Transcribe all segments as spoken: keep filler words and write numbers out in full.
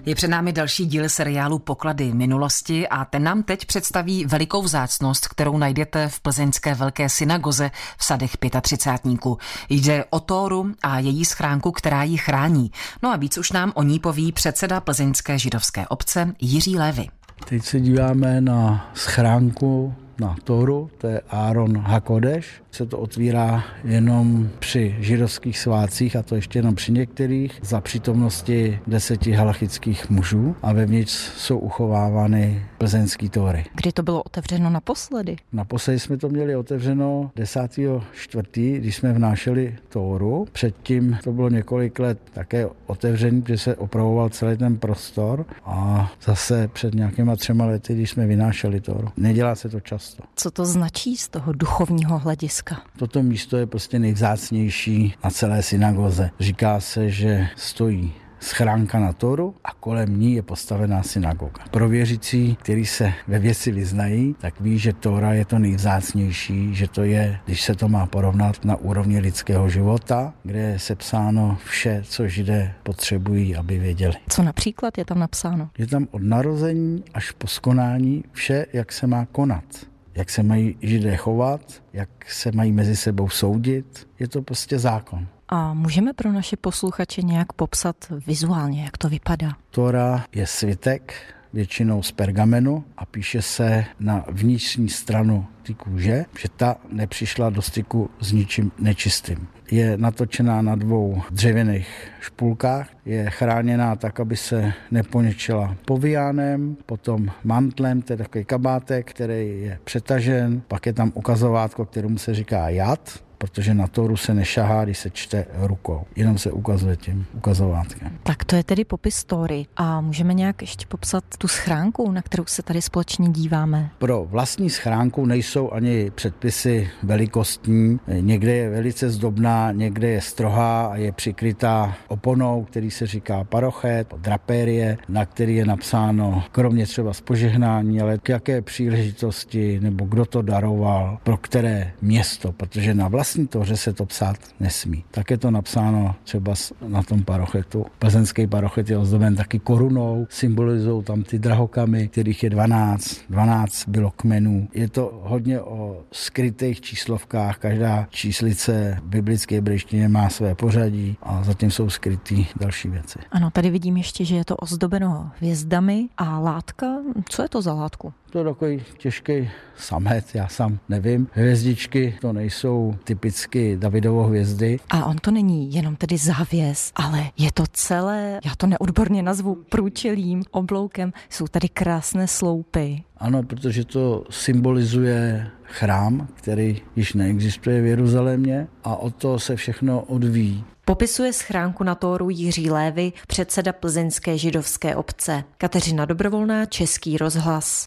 Je před námi další díl seriálu Poklady minulosti a ten nám teď představí velikou vzácnost, kterou najdete v plzeňské velké synagoze v sadech Pětatřicátníku. Jde o Tóru a její schránku, která ji chrání. No a víc už nám o ní poví předseda plzeňské židovské obce Jiří Lévy. Teď se díváme na schránku na Tóru, to je Áron HaKodeš. Se to otvírá jenom při židovských svátcích, a to ještě jenom při některých, za přítomnosti deseti halachických mužů a vevnitř jsou uchovávány plzeňský Tóry. Kdy to bylo otevřeno naposledy? Naposledy jsme to měli otevřeno desátého čtvrtého když jsme vnášeli Tóru. Předtím to bylo několik let také otevřený, protože se opravoval celý ten prostor, a zase před nějakýma třema lety, když jsme vynášeli Tóru. Nedělá se to často. Co to značí z toho duchovního hlediska? Toto místo je prostě nejvzácnější na celé synagoze. Říká se, že stojí schránka na Tóru a kolem ní je postavená synagoga. Pro věřící, kteří se ve věci vyznají, tak ví, že Tóra je to nejvzácnější, že to je, když se to má porovnat na úrovni lidského života, kde je sepsáno vše, co Židé potřebují, aby věděli. Co například je tam napsáno? Je tam od narození až po skonání vše, jak se má konat. Jak se mají Židé chovat, jak se mají mezi sebou soudit. Je to prostě zákon. A můžeme pro naše posluchače nějak popsat vizuálně, jak to vypadá? Tóra je svitek, většinou z pergamenu, a píše se na vnitřní stranu té kůže, že ta nepřišla do styku s ničím nečistým. Je natočená na dvou dřevěných špulkách, je chráněná tak, aby se neponěčila povijánem, potom mantlem, to je takový kabátek, který je přetažen, pak je tam ukazovátko, kterému se říká jad, protože na Tóru se nešahá, když se čte rukou. Jenom se ukazuje tím ukazovátkem. Tak to je tedy popis Tóry. A můžeme nějak ještě popsat tu schránku, na kterou se tady společně díváme? Pro vlastní schránku nejsou ani předpisy velikostní. Někde je velice zdobná, někde je strohá a je přikrytá oponou, který se říká parochet, drapérie, na který je napsáno kromě třeba z požehnání, ale k jaké příležitosti nebo kdo to daroval, pro které město, protože na vlastní Vlastní Tóře se to psát nesmí. Tak je to napsáno třeba na tom parochetu. Plzeňský parochet je ozdoben taky korunou, symbolizují tam ty drahokamy, kterých je dvanáct. dvanáct bylo kmenů. Je to hodně o skrytých číslovkách. Každá číslice v biblické hebrejštině má své pořadí a zatím jsou skrytý další věci. Ano, tady vidím ještě, že je to ozdobeno hvězdami a látka. Co je to za látku? To je takový těžký samet, já sám nevím. Hvězdičky to nejsou typicky Davidovo hvězdy. A on to není jenom tedy závěs, ale je to celé, já to neodborně nazvu průčelím, obloukem. Jsou tady krásné sloupy. Ano, protože to symbolizuje chrám, který již neexistuje v Jeruzalémě, a od toho se všechno odvíjí. Popisuje schránku na Tóru Jiří Lévy, předseda plzeňské židovské obce. Kateřina Dobrovolná, Český rozhlas.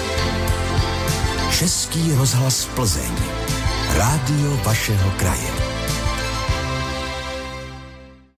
Český rozhlas Plzeň. Rádio vašeho kraje.